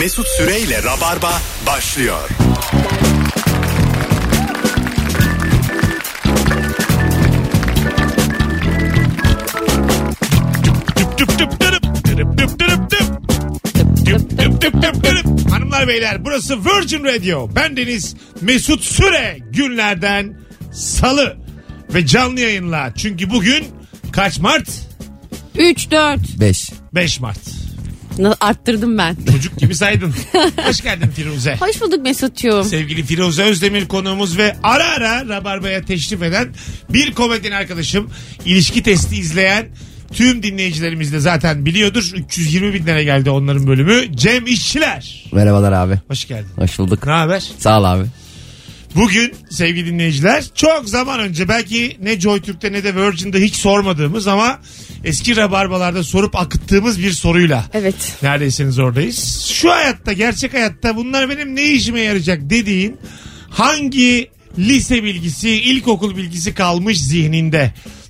Mesut Süreyle Rabarba başlıyor. Hanımlar beyler, burası Virgin Radio. Bendeniz Mesut Süre. Günlerden Salı ve canlı yayınla. Çünkü bugün kaç Mart? 3, 4. 5 Mart. Arttırdım ben. Çocuk gibi saydın. Hoş geldin Firuze. Hoş bulduk Mesut'cuğum. Sevgili Firuze Özdemir konuğumuz ve ara ara Rabarba'ya teşrif eden bir komedyen arkadaşım. İlişki testi izleyen tüm dinleyicilerimiz de zaten biliyordur. 320 binlere geldi onların bölümü. Cem İşçiler. Merhabalar abi. Hoş geldin. Hoş bulduk. Ne haber? Sağ ol abi. Bugün sevgili dinleyiciler, çok zaman önce, belki ne JoyTürk'te ne de Virgin'de hiç sormadığımız ama eski rabarbalarda sorup akıttığımız bir soruyla Evet. neredeyseniz oradayız. Şu hayatta, gerçek hayatta bunlar benim ne işime yarayacak dediğin hangi lise bilgisi, ilkokul bilgisi kalmış zihninde?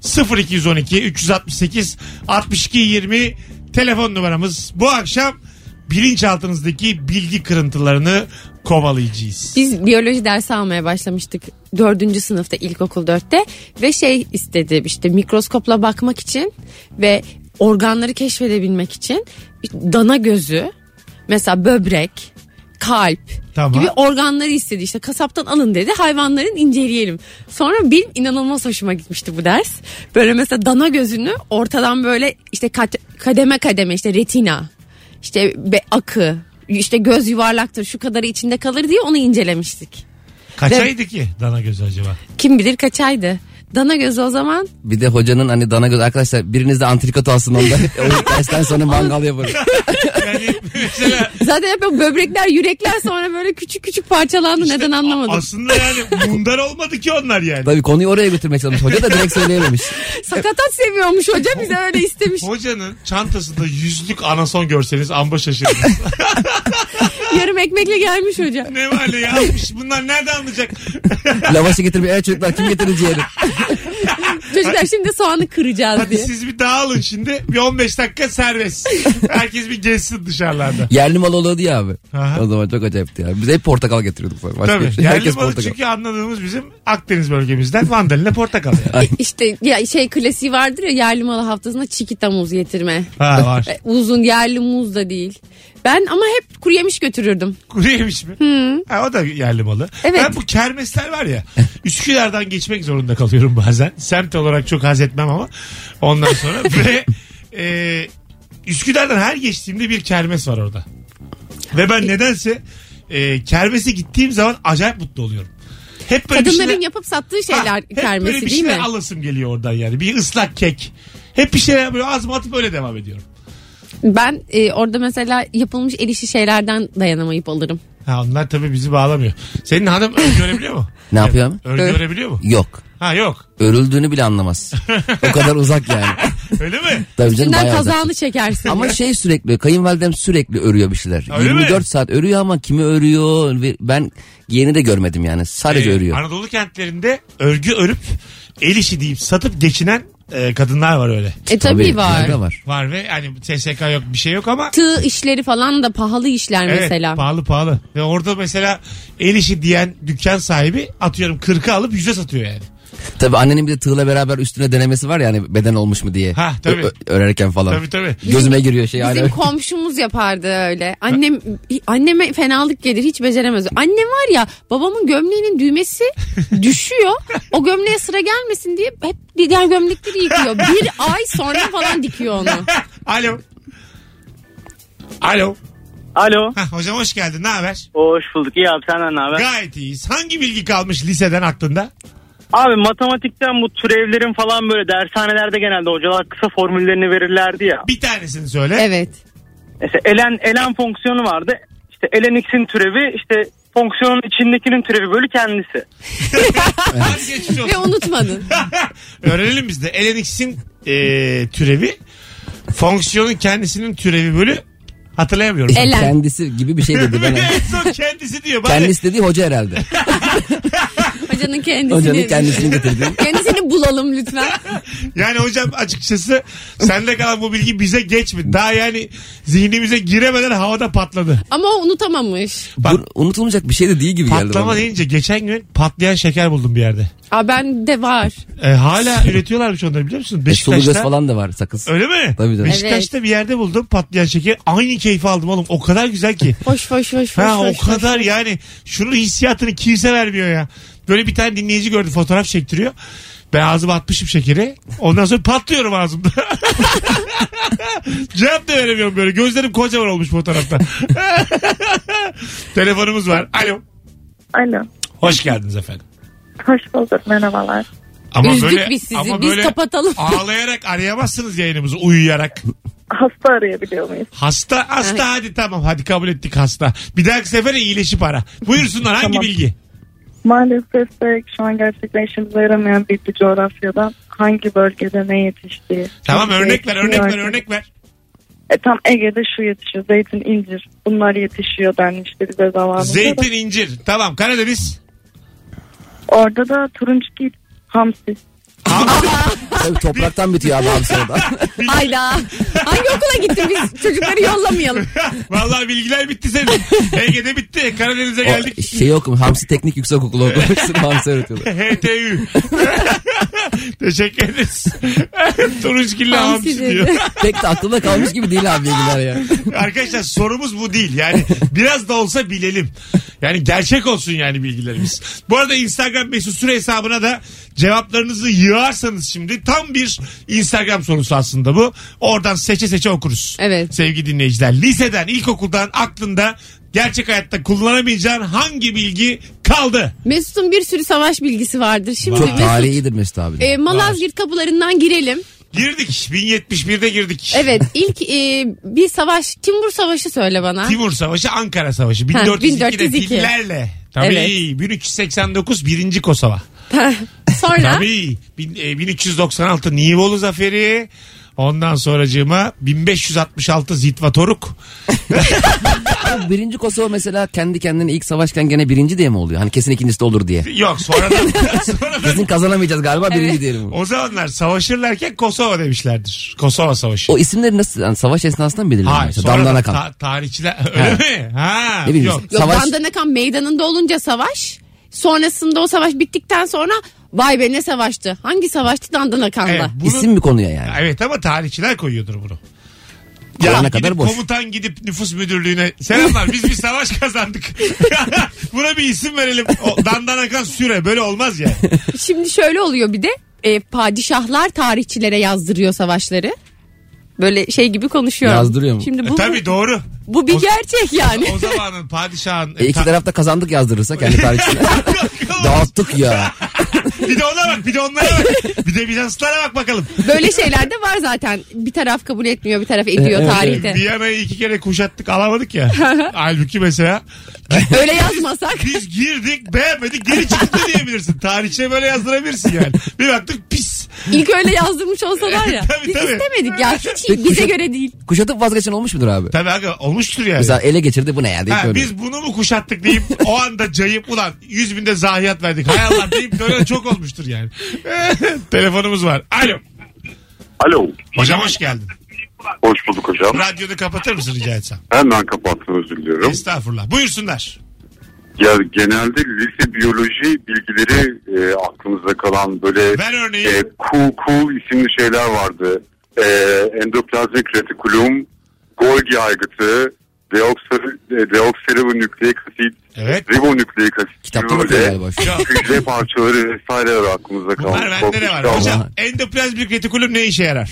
0212 368 62 20 telefon numaramız. Bu akşam bilinçaltınızdaki bilgi kırıntılarını kovalayacağız. Biz biyoloji dersi almaya başlamıştık 4. sınıfta, ilkokul 4'te ve istedi işte mikroskopla bakmak için ve organları keşfedebilmek için dana gözü, mesela böbrek, kalp gibi organları istedi. İşte kasaptan alın dedi, hayvanların inceleyelim. Sonra benim inanılmaz hoşuma gitmişti bu ders. Böyle mesela dana gözünü ortadan böyle işte kademe kademe, işte retina, işte akı, işte göz yuvarlaktır, şu kadarı içinde kalır diye onu incelemiştik. Kaçaydı ki dana gözü acaba? Kim bilir kaçaydı. Dana gözü o zaman. Bir de hocanın hani dana gözü, arkadaşlar biriniz de antrikot alsın onda. O dersten sonra mangal yaparız. Yani mesela... Zaten hep o böbrekler, yürekler sonra böyle küçük küçük parçalandı, işte neden anlamadım. Aslında yani mundar olmadı ki onlar yani. Tabii konuyu oraya götürmeye çalışmış. Hoca da direkt söyleyememiş. Sakatat seviyormuş hoca, bize öyle istemiş. Hocanın çantasında 100'lük anason görseniz amba şaşırdınız. Yarım ekmekle gelmiş hoca. Ne var ya, almış, bunlar nerede anlayacak? Lavaşı getirmiş. Evet çocuklar, kim getirir ciğeri? Çocuklar şimdi soğanı kıracağız Hadi diye. siz bir dağılın şimdi. Bir 15 dakika serbest. Herkes bir gezsin dışarılarda. Yerli mal oluyordu ya abi. Aha. O zaman çok acayipti ya. Biz hep portakal getiriyorduk falan. Başka Tabii. şey. Yerli Herkes malı portakal. çünkü anladığımız bizim Akdeniz bölgemizden mandalina portakal yani. İşte ya klasiği vardır ya, yerli malı haftasında çikita muz getirme. Ha, var. Uzun yerli muz da değil. Ben ama hep kuru yemiş götürürdüm. Kuru yemiş mi? Ha, o da yerli malı. Evet. Ben bu kermesler var ya, Üsküdar'dan geçmek zorunda kalıyorum bazen. Semt olarak çok haz etmem ama ondan sonra ve Üsküdar'dan her geçtiğimde bir kermes var orada. Ve ben nedense kermese gittiğim zaman acayip mutlu oluyorum. Hep böyle kadınların şeyler, yapıp sattığı şeyler kermesi böyle bir değil mi? şeyler alasım geliyor oradan yani. Bir ıslak kek. Hep bir şeyler böyle ağzıma atıp öyle devam ediyorum. Ben orada mesela yapılmış el işi şeylerden dayanamayıp alırım. Ha, onlar tabii bizi bağlamıyor. Senin hanım örgü örebiliyor mu? Ne yapıyor abi? Örgü örebiliyor mu? Yok. Ha, yok. Örüldüğünü bile anlamaz. O kadar uzak yani. Öyle mi? Tabii canım, Üstünden bayağı uzak. kazağını çekersin. Ama sürekli, kayınvalidem sürekli örüyor bir şeyler. Öyle 24 mi? saat örüyor ama kimi örüyor ben yeni de görmedim yani. Sadece örüyor. Anadolu kentlerinde örgü örüp el işi deyip satıp geçinen kadınlar var öyle. Tabii var. nerede var? Var ve hani SSK yok, bir şey yok ama. Tığ işleri falan da pahalı işler Evet, mesela. pahalı. Ve orada mesela el işi diyen dükkan sahibi atıyorum 40'a alıp 100'e satıyor yani. Tabii annenin bir de tığla beraber üstüne denemesi var ya, hani beden olmuş mu diye. Ha, tabii. Örerken falan. Tabii. Gözüme giriyor şey. Bizim komşumuz yapardı öyle. Anneme fenalık gelir, hiç beceremez. Annem var ya, babamın gömleğinin düğmesi düşüyor. O gömleğe sıra gelmesin diye hep diğer gömlekleri yıkıyor. Bir ay sonra falan dikiyor onu. Alo. Alo. Hocam hoş geldin, ne haber? Hoş bulduk. İyi abi, senden ne haber? Gayet iyiyiz. Hangi bilgi kalmış liseden aklında? Abi matematikten bu türevlerin falan böyle dershanelerde genelde hocalar kısa formüllerini verirlerdi ya. Bir tanesini söyle. Evet. Mesela ln fonksiyonu vardı. İşte ln x'in türevi, işte fonksiyonun içindekinin türevi bölü kendisi. Hadi geçmiş olsun. Ve unutmadın. Öğrenelim biz de. ln x'in türevi, fonksiyonun kendisinin türevi bölü, hatırlayamıyorum. Kendisi gibi bir şey dedi. Ben en son kendisi diyor. Kendisi dediği hoca herhalde. Hocanın kendisini getirdi. Kendisini bulalım lütfen. Yani hocam açıkçası sende kalan bu bilgi bize geçmedi. Daha yani zihnimize giremeden havada patladı. Ama o unutamamış. Bak, unutulmayacak bir şey de değil gibi geldi. patlama deyince geçen gün patlayan şeker buldum bir yerde. Aa, ben de var. Hala üretiyorlarmış onları biliyor musun? Sulu Beşiktaş'ta. göz falan da var sakız. Öyle mi? Tabii tabii. Beşiktaş'ta bir yerde buldum patlayan şeker. Aynı keyfi aldım oğlum. O kadar güzel ki. Hoş. O kadar yani şunun hissiyatını kimse vermiyor ya. Böyle bir tane dinleyici gördü, fotoğraf çektiriyor. Ben ağzıma atmışım şekeri. Ondan sonra patlıyorum ağzımda. Cevap da veremiyorum böyle. Gözlerim kocaman olmuş fotoğrafta. Telefonumuz var. Alo. Alo. Hoş geldiniz efendim. Hoş bulduk. Merhabalar. Ama Üzdük böyle, biz sizi. ama Biz böyle kapatalım. ağlayarak arayamazsınız yayınımızı, uyuyarak. Hasta arayabiliyor muyuz? Hasta hadi tamam, hadi kabul ettik hasta. Bir dahaki sefere iyileşip ara. Buyursunlar, hangi Tamam. bilgi? Maalesef de şu an gerçekten işimize yaramayan bir coğrafyadan hangi bölgede ne yetiştiği. Tamam, Çok örnek ver. yetişmiyor. Tam Ege'de şu yetişiyor. Zeytin, incir. Bunlar yetişiyor denmişti bize zamanında. Zeytin, incir. Tamam, Karadeniz. Orada da turunçgil, hamsi. Tabii topraktan bitiyor abi orada. Hayda. Hangi okula gittin biz? Çocukları yollamayalım. Vallahi bilgiler bitti senin. Ege'de bitti. Karadeniz'e geldik. Şey okum, Hamsi Teknik Yüksekokulu okumuşsun. Hamsi öğretiyorlar. HTÜ. Teşekkür ederiz. Turunçgil'le hamsi diyor. Pek de aklımda kalmış gibi değil abi bilgiler ya. Arkadaşlar sorumuz bu değil. Yani biraz da olsa bilelim. Yani gerçek olsun yani bilgilerimiz. Bu arada Instagram Mesut Süre hesabına da cevaplarınızı yığarsanız şimdi tam bir Instagram sorusu aslında bu. Oradan seçe seçe okuruz. Evet. Sevgili dinleyiciler. Liseden, ilkokuldan aklında gerçek hayatta kullanamayacağın hangi bilgi kaldı? Mesut'un bir sürü savaş bilgisi vardır. Şimdi Çok Mesut, tarihidir Mesut abi. Malazgirt kapılarından girelim. Girdik. 1071'de girdik. Evet, ilk bir savaş, Timur Savaşı söyle bana. Timur Savaşı, Ankara Savaşı. 1402'de 1402. fillerle. Tabii. Evet. 1389 1. Kosova. Sonra Tabii. 1396 Nivolu Zaferi. Ondan sonracığıma 1566 Zitvatoruk. Abi birinci Kosova mesela kendi kendine ilk savaşken gene birinci diye mi oluyor? Hani kesin ikincisi de olur diye. Yok sonradan Kesin kazanamayacağız galiba birinci diyelim. o zamanlar savaşırlarken Kosova demişlerdir. Kosova Savaşı. O isimleri nasıl yani savaş esnasında mı belirleniyor? Hayır, Mesela sonradan Dandanakan. tarihçiler öyle mi? Ha, Ne bileyim. yok. yok, Savaş- Dandanakan meydanında olunca savaş. Sonrasında o savaş bittikten sonra vay be ne savaştı. Hangi savaştı? Dandanakan'da. Evet, bunun- İsim mi konuya yani? Evet ama tarihçiler koyuyordur bunu. Kulağına Yani kadar gidip boş. komutan gidip nüfus müdürlüğüne selamlar biz bir savaş kazandık. Buna bir isim verelim. Dandanakan Süre böyle olmaz yani. Şimdi şöyle oluyor bir de padişahlar tarihçilere yazdırıyor savaşları. Böyle şey gibi konuşuyorum. Yazdırıyor mu? Şimdi bu, Tabii doğru. bu bir gerçek yani. O zamanın padişahın... İki tarafta kazandık yazdırırsa kendi tarihçine. Dağıttık ya. Bir de ona bak, bir de onlara bak. Bir de Bizanslara bak bakalım. Böyle şeyler de var zaten. Bir taraf kabul etmiyor, bir taraf ediyor Evet, tarihte. Viyana'yı 2 kere kuşattık, alamadık ya. Halbuki mesela Öyle yazmasak. biz girdik beğenmedik geri çıktı diyebilirsin. Tarihçe böyle yazdırabilirsin yani. Bir baktık pis. İlk öyle yazdırmış olsalar ya. Tabii, Biz tabii. istemedik ya. Hiç Peki, bize göre değil. Kuşatıp vazgeçen olmuş mudur abi? Tabii aga olmuştur yani. Mesela ele geçirdi bu ne ya deyip Ha, böyle. biz bunu mu kuşattık deyip o anda cayıp ulan 100 binde zahiyat verdik. Hay Allah deyip böyle çok olmuştur yani. Telefonumuz var. Alo. Alo. Hocam hoş geldin. Hoş bulduk hocam. Radyonu kapatır mısın rica etsem? Hemen kapattım, özür diliyorum. Estağfurullah. Buyursunlar. Ya genelde lise biyoloji bilgileri aklımızda kalan böyle Ver örneği. cool isimli şeyler vardı. Endoplazmik retikulum, Golgi aygıtı, deoksiribonükleik asit, Evet. ribonükleik asit. Kitapta böyle bakıyor galiba şu. Yok. hücre parçaları vesaireler aklımızda kalan. Bunlar bende de var. Korkunç Hocam Allah. endoplazmik retikulum ne işe yarar?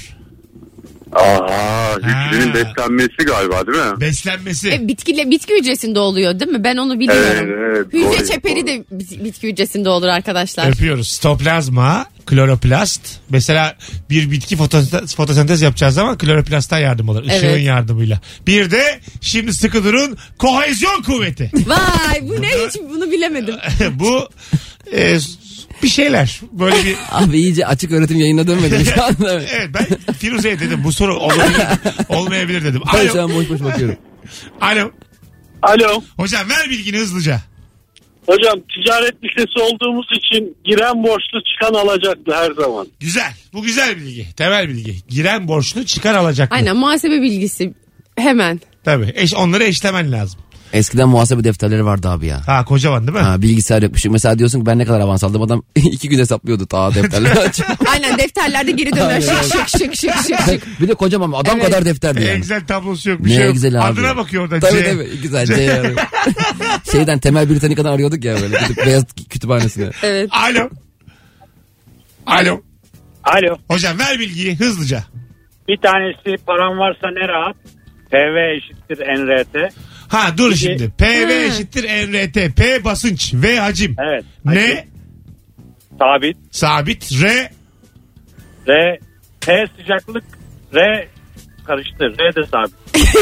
Hücrenin beslenmesi galiba değil mi? Beslenmesi. Bitki hücresinde oluyor değil mi? Ben onu biliyorum. Evet, Hücre doğru, çeperi doğru. de bitki hücresinde olur arkadaşlar. Öpüyoruz. Stoplazma, kloroplast. Mesela bir bitki fotosentez yapacağı zaman kloroplastan yardım alır. Işığın Evet. yardımıyla. Bir de şimdi sıkı durun kohezyon kuvveti. Vay bu ne hiç bunu bilemedim. Bu bir şeyler. Böyle bir... Abi iyice açık öğretim yayına dönmedim şu anda. Evet ben Firuze'ye dedim bu soru olabilir, olmayabilir dedim. Ben şu Alo. an boş boş bakıyorum. Alo. Alo. Hocam ver bilgini hızlıca. Hocam ticaret lisesi olduğumuz için giren borçlu çıkan alacaklı her zaman. Güzel. Bu güzel bilgi. Temel bilgi. Giren borçlu çıkar alacaklı. Aynen, muhasebe bilgisi hemen. Tabii. Onları eşlemen lazım. Eskiden muhasebe defterleri vardı abi ya. Ha, kocaman değil mi? Ha, bilgisayar yokmuş. Mesela diyorsun ki ben ne kadar avans aldım, adam 2 gün hesaplıyordu ta defterleri açıp. Aynen, defterlerde geri döner şık. Bir de kocaman adam Evet. kadar defterdi yani. Excel tablosu yok, bir Ne şey yok. Excel abi. Adına bakıyor orada. Tabii güzel. Şeyden Temel Britannica'dan arıyorduk ya böyle. Gidip beyaz kütüphanesine. Evet. Alo. Hocam ver bilgiyi hızlıca. Bir tanesi param varsa ne rahat. PV eşittir NRT. Ha dur şimdi. PV eşittir NRT. P basınç. V hacim. Evet. Ne? Sabit. R. P sıcaklık. R karıştı. R de sabit.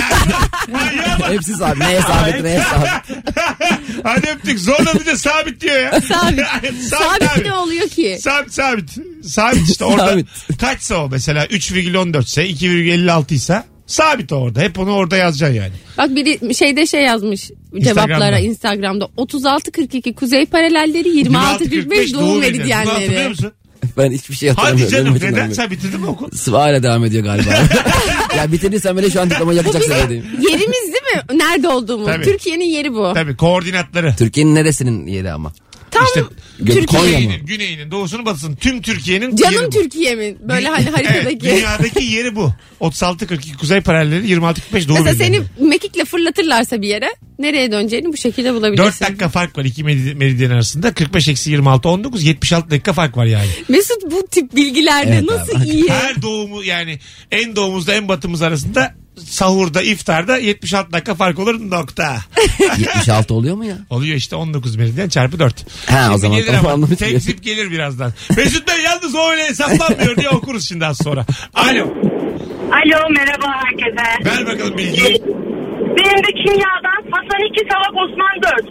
Hepsi sabit. Neye sabit? Neye sabit? Hadi öptük. Zorla bir de sabit diyor ya. Sabit. Sabit ne oluyor ki? Sabit işte orada. Sabit. Kaçsa o mesela 3,14 ise 2,56 ise sabit orada. Hep onu orada yazacaksın yani. Bak biri şey yazmış cevaplara Instagram'da. 36-42 kuzey paralelleri, 26-45 doğu Bunu hatırlıyor meridyenleri. musun? Ben hiçbir şey Hadi hatırlamıyorum. canım, neden? Sen bitirdin mi okul? Hala devam ediyor galiba. Ya bitirdiysen böyle şu an diploma yakacaksın dediğim. Yerimiz değil mi? Nerede olduğumuz. Tabii. Türkiye'nin yeri bu. Tabii, koordinatları. Türkiye'nin neresinin yeri ama? Tam İşte Türkiye'nin. Güneyinin, doğusunu, batısını, tüm Türkiye'nin Canım yeri bu. Türkiye'min. Böyle hani haritadaki. Evet, dünyadaki yeri bu. 36-42 kuzey paralelleri, 26-45 doğu Mesela meridyenleri. seni mekikle fırlatırlarsa bir yere, nereye döneceğini bu şekilde bulabilirsin. 4 dakika fark var iki meridyen arasında. 45-26 19 76 dakika fark var yani. Mesut bu tip bilgilerde Evet nasıl abi. iyi? Her doğumu yani en doğumuzda en batımız arasında sahurda, iftarda 76 dakika fark olur nokta. 76 oluyor mu ya? Oluyor işte 19 meridyen çarpı 4. Ha, Şimdi o zaman gelir tamam, ama anlamış tek mıyım? zip gelir birazdan. Mesut Bey yalnız o öyle hesaplanmıyor diye okuruz şimdi az sonra. Alo. Alo, merhaba herkese. Ver bakalım bilgiyi. Benim de kimyadan Hasan 2 Salak Osman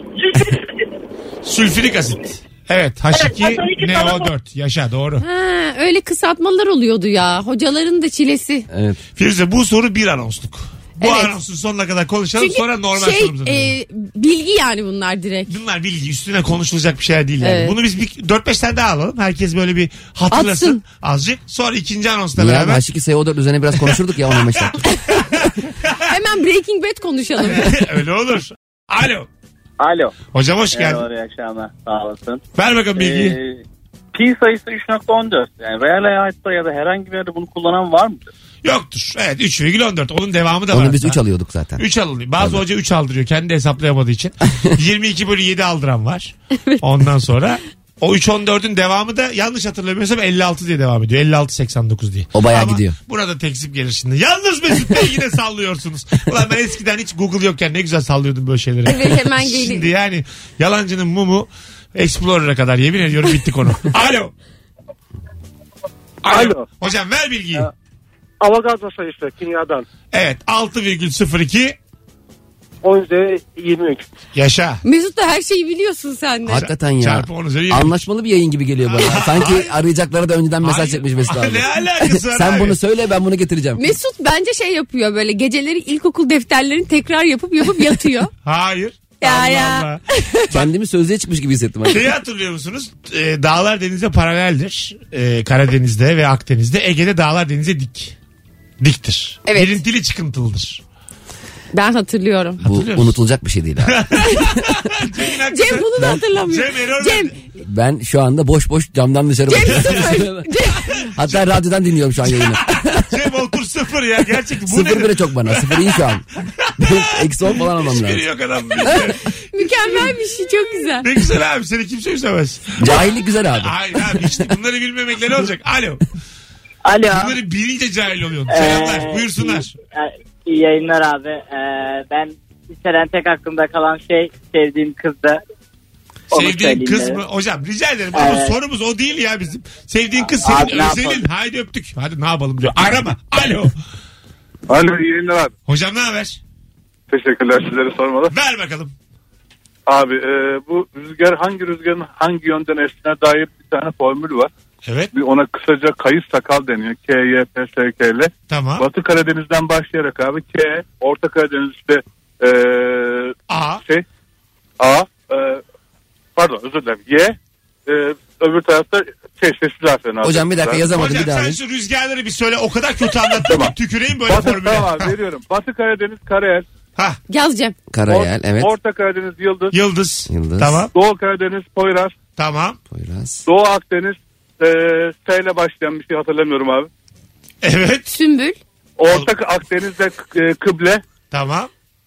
4. Sülfürik asit. Evet, H2 Evet, NO4. Yaşa, doğru. Ha, öyle kısaltmalar oluyordu ya. Hocaların da çilesi. Evet. Firuze, bu soru bir anonsluk. Bu Evet. anonsun sonuna kadar konuşalım, Çünkü sonra normal sorumuza dönelim. bilgi yani bunlar direkt. Bunlar bilgi, üstüne konuşulacak bir şey değil yani. Evet. Bunu biz 4-5 tane daha alalım. Herkes böyle bir hatırlasın Atsın. azıcık. Sonra ikinci anonsla Ya beraber. H2 SO4 üzerine biraz konuşurduk ya 15 dakika. Hemen Breaking Bad konuşalım. Öyle olur. Alo. Hocam hoş geldin. Merhaba, iyi akşamlar. Sağ olasın. Ver bakalım bilgiyi. Pi sayısı 3.14. Yani real hayatta ya da herhangi bir yerde bunu kullanan var mıdır? Yoktur. Evet, 3,14. Onun devamı da var. Onu biz 3 alıyorduk zaten. 3 alınıyor. Bazı hoca 3 aldırıyor. Kendi hesaplayamadığı için. 22/7 aldıran var. Ondan sonra o 3,14'ün devamı da yanlış hatırlamıyorsam 56 diye devam ediyor. 56-89 diye. O bayağı Ama gidiyor. Burada tekzip gelir şimdi. Yalnız Mesut Bey yine sallıyorsunuz. Ulan ben eskiden hiç Google yokken ne güzel sallıyordum böyle şeyleri. Evet, hemen geliyor. Şimdi yani yalancının mumu Explorer'a kadar, yemin ediyorum bitti konu. Alo. Alo. Hocam ver bilgiyi. Avogadro sayısı kimyadan. Evet, 6,02 10/23. yaşa. Mesut da her şeyi biliyorsun sen de. Hakikaten ya. Çarpı 10 üzeri 23. Anlaşmalı bir yayın gibi geliyor bana. Sanki arayacaklara da önceden mesaj Hayır. çekmiş Mesut abi. Ne alakası var Sen abi? bunu söyle, ben bunu getireceğim. Mesut bence şey yapıyor, böyle geceleri ilkokul defterlerini tekrar yapıp yatıyor. Hayır. Ya, Allah ya. Allah. Kendimi sözlüğe çıkmış gibi hissettim. Hani. Şeyi hatırlıyor musunuz? Dağlar denize paraleldir. Karadeniz'de ve Akdeniz'de. Ege'de dağlar denize diktir. Evet. Girintili çıkıntılıdır. Ben hatırlıyorum. Bu Hatırlıyorsun. unutulacak bir şey değil abi. Cem bunu da hatırlamıyor. Cem error Cem, verdi. Ben şu anda boş camdan dışarı Cem bakıyorum. sıfır. Hatta radyodan dinliyorum şu an yayını. Cem otur 0 ya. Gerçekten bu Sıfır ne? bile çok bana. 0 iyi şu an. Eksi 10 falan almam Hiçbiri lazım. yok adam. Mükemmel bir şey, çok güzel. Ne güzel abi. Seni kimse üzemez. Cahillik güzel abi. Hayır abi, işte bunları bilmemekle ne olacak? Alo. Alo. Bunları bilince cahil oluyorsun. Selamlar. Buyursunlar. İyi yayınlar abi. Ben liseden tek aklımda kalan şey sevdiğim kızdı. Onu Sevdiğin söyleyeyim kız dedim. mı? Hocam rica ederim ama Evet. sorumuz o değil ya bizim. Sevdiğin kız senin Abi, ne özelin. yapalım? Haydi öptük. Hadi ne yapalım diyor. Arama. Alo. Alo, iyi yayınlar abi. Hocam ne haber? Teşekkürler, sizlere sormalı. Ver bakalım. Abi bu rüzgar, hangi rüzgarın hangi yönden estiğine dair bir tane formül var. Evet. Bir ona kısaca kayıs sakal deniyor. KYPSKL. Tamam. Batı Karadeniz'den başlayarak abi K, Orta Karadeniz işte A. A, Pardon özür dilerim. Y. Öbür tarafta sessiz harflerini alacağım. Hocam bir dakika yazamadım Hocam bir daha. sen şu rüzgarları bir söyle. O kadar kötü anlattın ki tüküreyim böyle formüle. Tamam veriyorum. Batı Karadeniz Karayel. Ha. Yazacağım. Karayel evet. Orta Karadeniz Yıldız. Yıldız. Tamam. Doğu Karadeniz Poyraz. Tamam. Poyraz. Doğu Akdeniz S ile başlayan bir şey hatırlamıyorum abi. Evet. Sümbül. Orta Akdeniz'de Kıble. Tamam.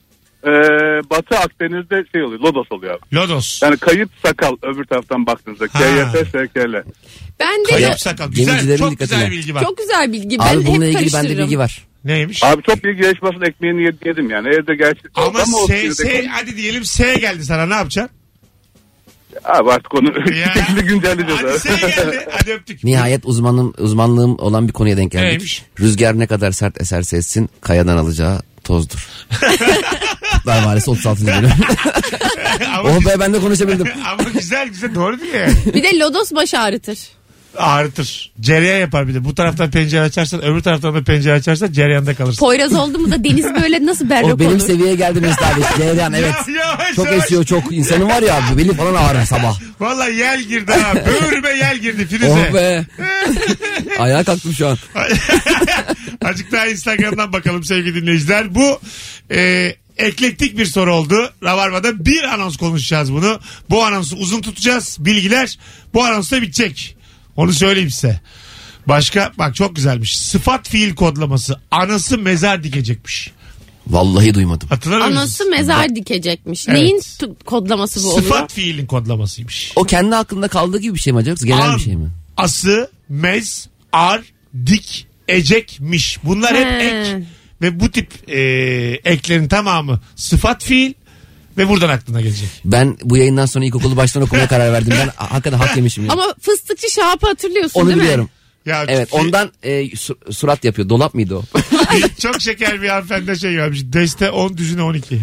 Batı Akdeniz'de şey oluyor. Lodos oluyor abi. Lodos. Yani kayıp sakal öbür taraftan baktığınızda. KYT, SKL. Ben de Kayıp sakal. Güzel. Gemicilerin Çok dikkatine. güzel bilgi var. çok güzel bilgi. Ben Abi hep bununla ilgili karıştırırım. bende bilgi var. Neymiş? Abi çok bilgi yarışmasının ekmeğini yedim yani. Evde gerçi. Ama o S hadi diyelim S geldi sana, ne yapacaksın? Abi artık onu Ya. şekilde güncelleyeceğiz Hadi abi. S geldi. Hadi öptük. Nihayet uzmanlığım olan bir konuya denk geldik. Neymiş? Rüzgar ne kadar sert eserse etsin kayadan alacağı tozdur. Daha maalesef 36. bölüm. Ama, Oh be ben de konuşabildim. ama güzel doğru değil yani. Bir de lodos baş ağrıtır. Ağrıtır. Cereyan yapar bir de. Bu taraftan pencere açarsan öbür taraftan da pencere açarsan cereyanda kalırsın. Poyraz oldu mu da deniz böyle nasıl berrak O benim olur. seviyeye geldi Mesut abi. Cereyan evet. Yavaş, Çok yavaş. esiyor çok. İnsanın var ya beli falan ağrır sabah. Valla yel girdi ha. Böğrüme yel girdi Firuze. Oh be. Ayağa kalktım şu an. Azıcık daha Instagram'dan bakalım sevgili dinleyiciler. Bu eklektik bir soru oldu. Rabarba'da bir anons konuşacağız bunu. Bu anonsu uzun tutacağız. Bilgiler bu anonsta bitecek. Onu söyleyeyim size. Başka bak çok güzelmiş. Sıfat fiil kodlaması. Anası mezar dikecekmiş. Vallahi duymadım. Hatırlar mısınız? Anası mezar dikecekmiş. Evet. Neyin kodlaması bu oluyor? Sıfat fiilin kodlamasıymış. O kendi aklında kaldığı gibi bir şey mi acaba? Genel bir şey mi? Ası, mez, ar, dik, ecekmiş. Bunlar hep He. ek. Ve bu tip eklerin tamamı sıfat fiil ve buradan aklına gelecek. Ben bu yayından sonra ilkokulu baştan okumaya karar verdim. Ben hakikaten hak yemişim. Ya. Ama fıstıkçı Şahap'ı hatırlıyorsun Onu değil biliyorum. mi? Ya Evet ondan surat yapıyor. Dolap mıydı o? çok şeker bir hanımefendi şey gelmiş. Deste 10 düzine 12.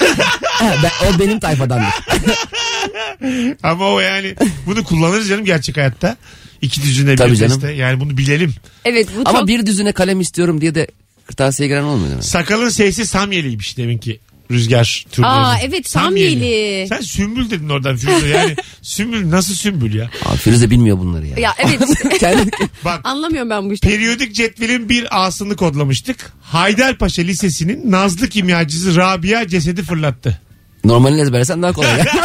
O benim tayfadandır. Ama o yani bunu kullanırız canım gerçek hayatta. 2 düzine Tabii bir canım. deste. Yani bunu bilelim. Evet bu Ama çok... bir düzine kalem istiyorum diye de kırtasiyeye giren olmuyor değil mi? Sakalın sesi Samyeli'ymiş deminki. Rüzgar türleri. Aa evet Samyeli. Sen sümbül dedin oradan Firuze. Yani sümbül nasıl sümbül ya? Abi Firuze bilmiyor bunları ya. Ya evet Kendi... Bak anlamıyorum ben bu işte. periyodik cetvelin bir A'sını kodlamıştık. Haydarpaşa Lisesi'nin Nazlı kimyacısı Rabia cesedi fırlattı. Normalini ezberlesen daha kolay ya.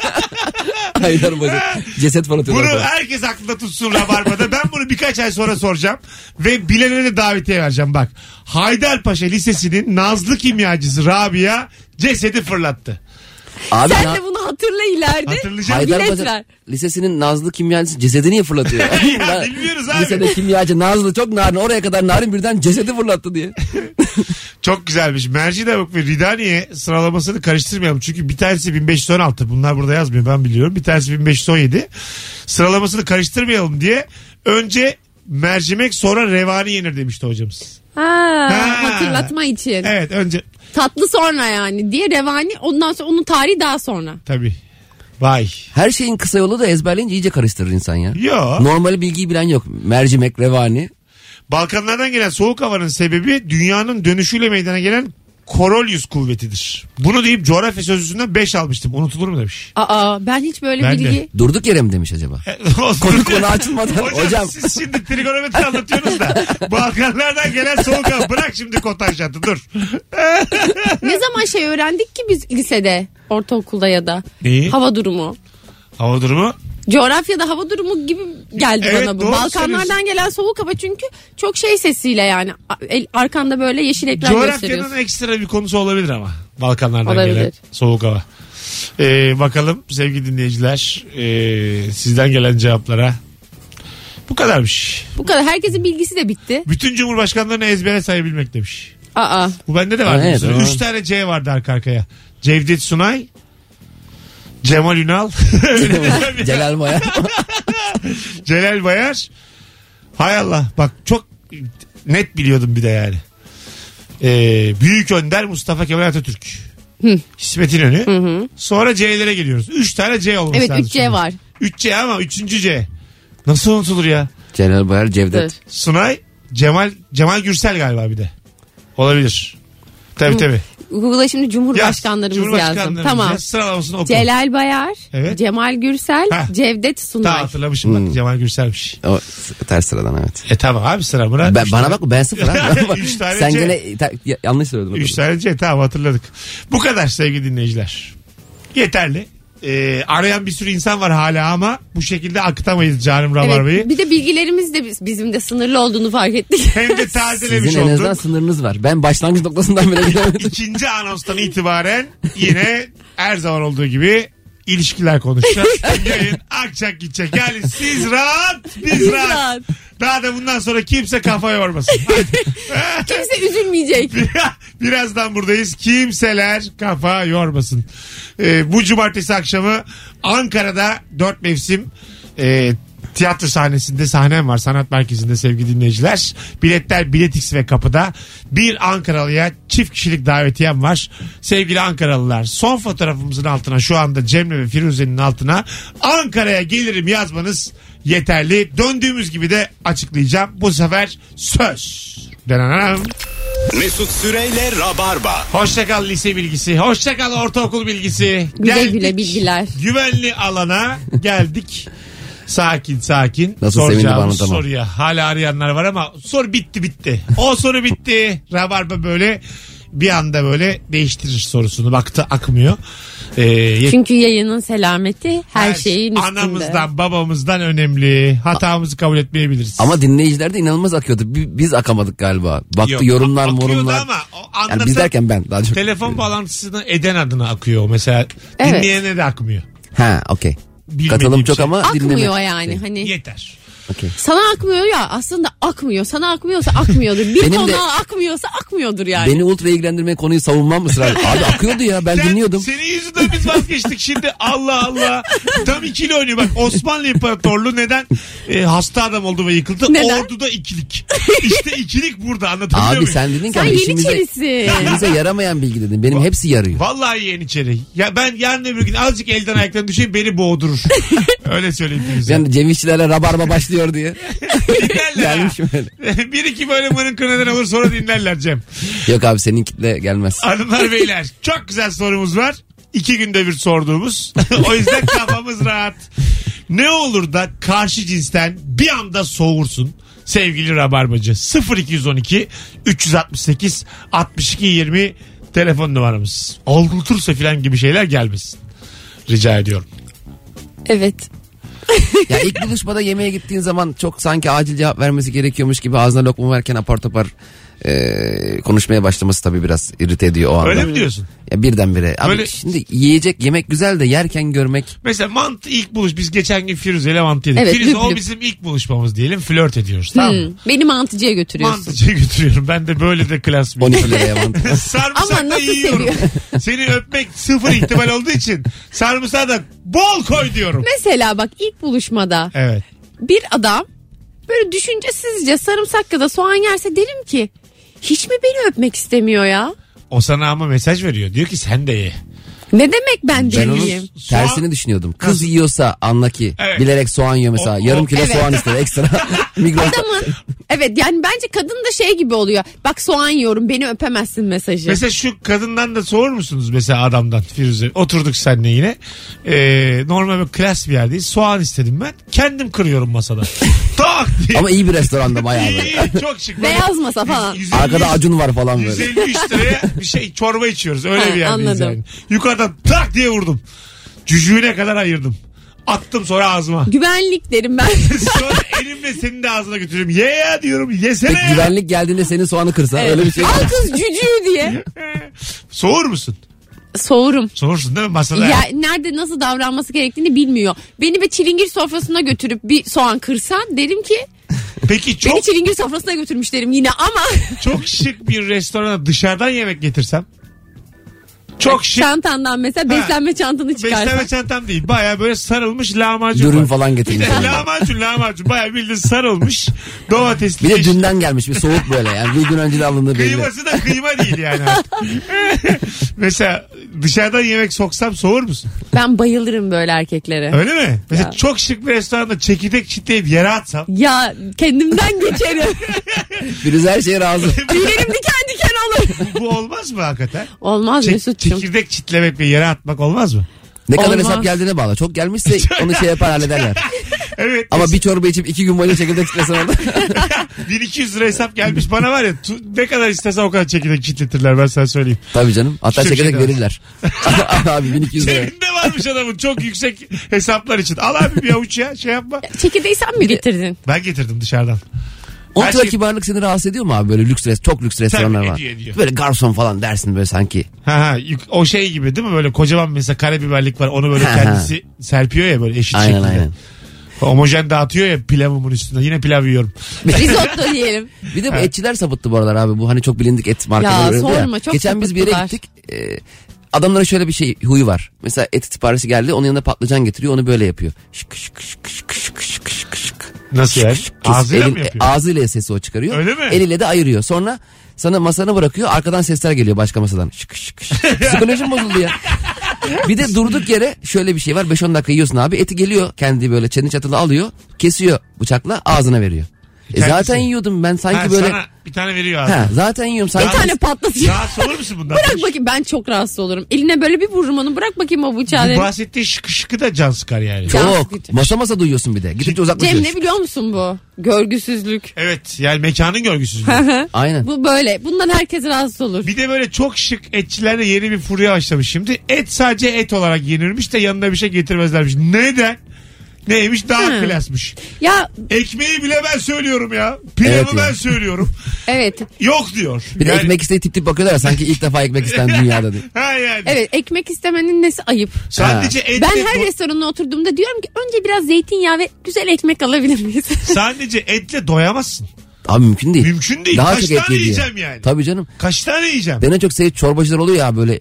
Haydar bacı. Ceset falan atıyorlar. Bunu falan. herkes aklında tutsun Rabarba'da. Ben bunu birkaç ay sonra soracağım. Ve bilene de davetiye vereceğim bak. Haydarpaşa Lisesi'nin Nazlı kimyacısı Rabia cesedi fırlattı. Abi Sen de bunu hatırla ileride. Hatırlayacağım. Bilet Haydarpaşa ver. Lisesi'nin Nazlı kimyacısı cesedi niye fırlatıyor? Ya bilmiyoruz abi. Lisede kimyacı Nazlı çok narin oraya kadar narin birden cesedi fırlattı diye. Çok güzelmiş. Mercidabuk ve Ridaniye sıralamasını karıştırmayalım. Çünkü bir tanesi 1516. Bunlar burada yazmıyor ben biliyorum. Bir tanesi 1517. Sıralamasını karıştırmayalım diye önce mercimek sonra revani yenir demişti hocamız. Ha. Hatırlatma için. Evet önce Tatlı sonra yani diye revani ondan sonra onun tarihi daha sonra. tabii. Vay. Her şeyin kısa yolu da ezberleyince iyice karıştırır insan ya. Yo. Normali bilgiyi bilen yok. Mercimek, revani. Balkanlardan gelen soğuk havanın sebebi dünyanın dönüşüyle meydana gelen Coriolis kuvvetidir. Bunu deyip coğrafya sözlüğünden 5 almıştım. Unutulur mu demiş. Aa ben hiç böyle Ben de. bilgi. Durduk yere mi demiş acaba? Konu açılmadan. Hocam. Siz şimdi trigonometri anlatıyorsunuz da Balkanlardan gelen soğuk hava. Bırak şimdi kontanjantı dur. Ne zaman şey öğrendik ki biz lisede, ortaokulda ya da? Neyi? Hava durumu. Hava durumu? Coğrafyada hava durumu gibi geldi Evet, bana bu. doğru Balkanlardan söylüyorsun. gelen soğuk hava çünkü çok şey sesiyle yani. Arkanda böyle yeşil ekran Coğrafyanın gösteriyorsun. ekstra bir konusu olabilir ama. Balkanlardan Olabilir. gelen soğuk hava. Bakalım sevgili dinleyiciler sizden gelen cevaplara. Bu kadarmış. Bu kadar. Herkesin bilgisi de bitti. Bütün cumhurbaşkanlarını ezbere sayabilmek demiş. Aa. Bu bende de vardı. Evet, mesela. evet. 3 tane C vardı arka arkaya. Cevdet Sunay, Cemal Ünal, Celal Bayar. Celal Bayar. Hay Allah bak çok net biliyordum bir de yani. Büyük Önder Mustafa Kemal Atatürk. İsmet İnönü. Sonra C'lere geliyoruz. 3 tane C olması Evet lazım. 3C var. 3C ama 3. C. Nasıl unutulur ya? Celal Bayar, Cevdet. Dur. Sunay, Cemal Gürsel galiba bir de. Olabilir. Tabii tabii. Google'a şimdi Cumhurbaşkanlarımız yazdım. Tamam. Yaz, sıralamasını oku. Celal Bayar, Evet. Cemal Gürsel, Cevdet Daha Sunay. hatırlamışım bak, Cemal Gürsel'miş. O ters sıradan evet. Tamam abi, sıra buna. Bana bak ben sıfır abi. Üç tane Sen C. gene yanlış söyledin. 3 tane C, tamam hatırladık. Bu kadar sevgili dinleyiciler. Yeterli. Arayan bir sürü insan var hala ama bu şekilde akıtamayız canım Rabarba'yı. Evet, bir de bilgilerimiz de bizim de sınırlı olduğunu fark ettik. Hem de tazelemiş Sizin en azından olduk. sınırınız var. Ben başlangıç noktasından bile gidemedim. İkinci anonstan itibaren yine her zaman olduğu gibi ilişkiler konuşacağız. Yayın akacak gidecek. Yani siz rahat, biz rahat. Daha da bundan sonra kimse kafa yormasın. Kimse üzülmeyecek. Birazdan buradayız. Kimseler kafa yormasın. Bu cumartesi akşamı Ankara'da 4 mevsim tiyatro sahnesinde sahnem var. Sanat Merkezi'nde sevgili dinleyiciler. Biletler Biletix ve kapıda. Bir Ankaralı'ya çift kişilik davetiyem var. Sevgili Ankaralılar, son fotoğrafımızın altına, şu anda Cemre ve Firuze'nin altına Ankara'ya gelirim yazmanız yeterli. Döndüğümüz gibi de açıklayacağım. Bu sefer söz. Dananam. Mesut Süreyle Rabarba. Hoşçakal lise bilgisi. Hoşçakal ortaokul bilgisi. Güle güle bilgiler. Güvenli alana geldik. Sakin sakin. Nasıl sevindim soracağımız anlatamam. soruya. Hala arayanlar var ama soru bitti. O soru bitti. Rabarba böyle bir anda böyle değiştirir sorusunu. Baktı akmıyor. Çünkü yayının selameti her şeyin üstünde. Anamızdan babamızdan önemli. Hatamızı kabul etmeyebiliriz. Ama dinleyiciler de inanılmaz akıyordu. Biz akamadık galiba. Baktı Yok, yorumlar akıyordu morumlar. ama o Yani biz derken ben daha çok. telefon bağlantısını eden adına akıyor. Mesela Evet. dinleyene de akmıyor. Ha okey. Bilmediğim Katılım çok şey. ama Akmıyor dinleme. yani hani. Yeter. Okay. Sana akmıyor ya, aslında akmıyor. Sana akmıyorsa akmıyordur. Bir Benim konuğa de- akmıyorsa akmıyordur yani. Beni ultra ilgilendirmeyen konuyu savunmam mı sıra? Abi akıyordu ya ben dinliyordum. Senin yüzünden biz vazgeçtik şimdi. Allah Allah. Tam ikili oynuyor. Bak Osmanlı İmparatorluğu neden hasta adam oldu ve yıkıldı? Neden? Orduda ikilik. İşte ikilik burada, anlatabiliyor Abi muyum? sen dedin ki Sen ama Yeniçerisin. işimize yaramayan bilgi dedin. Benim hepsi yarıyor. Vallahi Yeniçeri. Ya ben yarın öbür gün azıcık elden ayaktan düşeyim, beni boğdurur. Öyle söyleyeyim size. Yani Cem İşçilerle Rabarba başlıyor diye. Dinlerler Gelmiş ha. böyle. Bir iki böyle mırın kınadan olur, sonra dinlerler Cem. Yok abi senin kitle gelmez. Hanımlar beyler, çok güzel sorumuz var. 2 günde bir sorduğumuz. O yüzden kafamız rahat. Ne olur da karşı cinsten bir anda soğursun sevgili Rabarbacı? 0212 368 62 20 telefon numaramız. Aldatırsa filan gibi şeyler gelmesin. Rica ediyorum. Evet. Ya ilk buluşmada yemeğe gittiğin zaman çok sanki acil cevap vermesi gerekiyormuş gibi ağzına lokma verken apar topar konuşmaya başlaması tabii biraz irite ediyor o anda. Öyle mi diyorsun? Ya birdenbire. Abi Böyle- şimdi yiyecek yemek güzel de yerken görmek. Mesela mantı ilk buluş. Biz geçen gün Firuze ile mantı yedik. Evet, Firuze lüp o lüp. bizim ilk buluşmamız diyelim. Flört ediyoruz, tamam mı? Beni mantıcıya götürüyorsun. Mantıcıya götürüyorum. Ben de böyle de klas bir 12 liraya mantı. sarımsak Ama da nasıl yiyorum. seviyor? Seni öpmek sıfır ihtimal olduğu için sarımsağı da bol koy diyorum. Mesela bak, ilk buluşmada Evet. bir adam böyle düşüncesizce sarımsak ya da soğan yerse derim ki hiç mi beni öpmek istemiyor ya? O sana ama mesaj veriyor. Diyor ki sen de ye. Ne demek ben Ben onun deneyeyim? tersini düşünüyordum. Kız Nasıl? yiyorsa anla ki Evet. bilerek soğan yiyor mesela. Yarım kilo evet. soğan ister ekstra. Migros'ta. Adamın evet, yani bence kadın da şey gibi oluyor. Bak soğan yiyorum, beni öpemezsin mesajı. Mesela şu kadından da soğur musunuz mesela adamdan Firuze? Oturduk seninle yine. Normal bir klas bir yerdeyiz. Soğan istedim ben. Kendim kırıyorum masada. Tak diye. Ama iyi bir restoranda bayağı böyle. İyi, çok şık. Böyle Beyaz masa falan. 150 Arkada Acun var falan böyle. 153 liraya bir şey çorba içiyoruz. Öyle Ha, bir yerdeyiz anladım. yani. Yukarıdan tak diye vurdum. Cücüğüne kadar ayırdım. Attım sonra ağzıma. Güvenlik derim ben. Sonra elimle senin de ağzına götürüyorum. Ye ya diyorum. Yesene Peki ya. güvenlik geldiğinde senin soğanı kırsa Evet. öyle bir şey. Al kız cücüğü diye. Soğur musun? Soğurum. Soğursun değil mi masada? Ya nerede nasıl davranması gerektiğini bilmiyor. Beni bir çilingir sofrasına götürüp bir soğan kırsan derim ki Peki beni çok çilingir sofrasına götürmüş derim yine ama çok şık bir restorana dışarıdan yemek getirsem. Çok şık. çantandan mesela beslenme çantanı çıkarsan. Beslenme çantam değil. Baya böyle sarılmış lahmacun Dürüm var. falan Bir getirmiş. de lahmacun. Baya bildiğin sarılmış. Domatesli. Bir de yeşil. dünden gelmiş bir soğuk böyle yani bir gün önce de alındığı belli. Kıyması da kıyma değil yani. Mesela dışarıdan yemek soksam soğur musun? Ben bayılırım böyle erkeklere. Öyle mi? Mesela Ya. çok şık bir restoranda çekirdek çitleyip yere atsam. Ya kendimden geçerim. Biriz her şeye razı. Tüylerim diken diken olur. Bu olmaz mı hakikaten? Olmaz Mesut'cum. Çekirdek çitlemek ve yere atmak olmaz mı? Ne kadar Olmaz. hesap geldiğine bağlı. Çok gelmişse onu şey yapar hallederler. Evet. Ama bir çorba içip 2 gün boyunca çekirdek çitlesin orada. 1200 lira hesap gelmiş bana var ya ne kadar istesen o kadar çekirdek çitletirler ben sana söyleyeyim. Tabii canım. Hatta Hiçbir çekirdek şey de verirler. Abi 1200 lira. Senin de varmış adamın çok yüksek hesaplar için. Al abi bir avuç ya şey yapma. Çekirdeği sen mi getirdin? Ben getirdim dışarıdan. Her Ultra şey- kibarlık seni rahatsız ediyor mu abi? Böyle lüks çok lüks restoranlar Tabii, var. ediyor. Böyle garson falan dersin böyle sanki. O şey gibi değil mi böyle kocaman mesela karabiberlik var onu böyle kendisi serpiyor ya böyle eşit Aynen şekilde. aynen. Homojen dağıtıyor ya pilavımın üstüne yine pilav yiyorum. Risotto diyelim. Bir de bu etçiler sapıttı bu aralar abi. Bu hani çok bilindik et markaları. Ya oluyor sorma, çok Geçen biz bir yere sapıttılar. gittik. Adamların şöyle bir şey huyu var. Mesela et siparişi geldi onun yanında patlıcan getiriyor onu böyle yapıyor. Şık şık şık şık şık şık şık şık. Nasıl yani? Ağzıyla mı yapıyor? Ağzıyla sesi o çıkarıyor. Öyle mi? Eliyle de ayırıyor. Sonra sana masanı bırakıyor. Arkadan sesler geliyor başka masadan. Şık şık şık. Psikolojim bozuldu ya. Bir de durduk yere şöyle bir şey var. 5-10 dakika yiyorsun abi. Eti geliyor kendi böyle çenin çatılı alıyor. Kesiyor bıçakla ağzına veriyor. Kendisi. Zaten yiyordum ben sanki böyle. Sana bir tane veriyor abi. Zaten yiyorum sanki. Bir tane patlatıyor. Rahatsız olur musun bundan? Bırak bakayım ben çok rahatsız olurum. Eline böyle bir vururum onu bırak bakayım o bıçağı. Bu derim. bahsettiği şıkı şıkı da can sıkar yani. Can Çok. sıkıcı. Masa masa duyuyorsun bir de. Gidince Cem uzaklaşıyorsun. ne biliyor musun bu? Görgüsüzlük. Evet yani mekanın görgüsüzlüğü. Aynen. Bu böyle. Bundan herkes rahatsız olur. Bir de böyle çok şık etçilerde yeni bir furya başlamış şimdi. Et sadece et olarak yenirmiş de yanına bir şey getirmezlermiş. Neden? Neymiş? Daha klasmış. Ya Ekmeği bile ben söylüyorum ya. Pilavı Evet ben ya. söylüyorum. evet. Yok diyor. Bir de Yani- ekmek isteyip tip tip bakıyorlar ya, sanki ilk defa ekmek isteyen dünyada diye. Ha yani. Evet ekmek istemenin nesi ayıp. Sadece et. Ben her restorana oturduğumda diyorum ki önce biraz zeytinyağı ve güzel ekmek alabilir miyiz? Sadece etle doyamazsın. Abi mümkün değil. Mümkün değil. Daha Kaç çok et tane yediyor. yiyeceğim yani? Tabii canım. Kaç tane yiyeceğim? Ben en çok sevdiğim çorbacılar oluyor ya böyle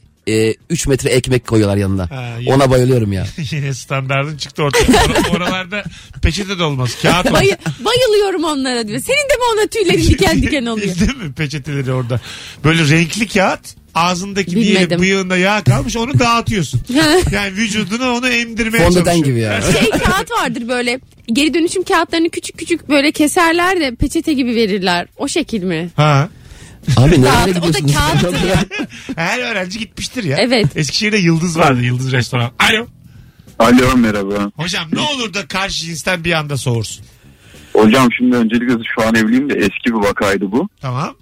3 metre ekmek koyuyorlar yanına. ya. Ona bayılıyorum ya. Yine standardın çıktı ortaya. Oralarda peçete de olmaz. Kağıt var. Bayılıyorum onlara diyor. Senin de mi ona tüylerin diken diken oluyor? Değil mi peçeteleri orada? Böyle renkli kağıt ağzındaki bir yere Bilmedim. bıyığında yağ kalmış onu dağıtıyorsun. Yani vücuduna onu emdirmeye Fondöten çalışıyor. gibi ya. Kağıt vardır böyle geri dönüşüm kağıtlarını küçük küçük böyle keserler de peçete gibi verirler. O şekil mi? Ha. Abi nereye Kağıt, o da gidiyorsunuz? kağıttır ya. Her öğrenci gitmiştir ya. Evet. Eskişehir'de Yıldız vardı. Yıldız restoran. Alo. Alo merhaba. Hocam ne olur da karşı cinsten bir anda soğursun. Hocam şimdi öncelikle şu an evliyim de eski bir vakaydı bu. Tamam.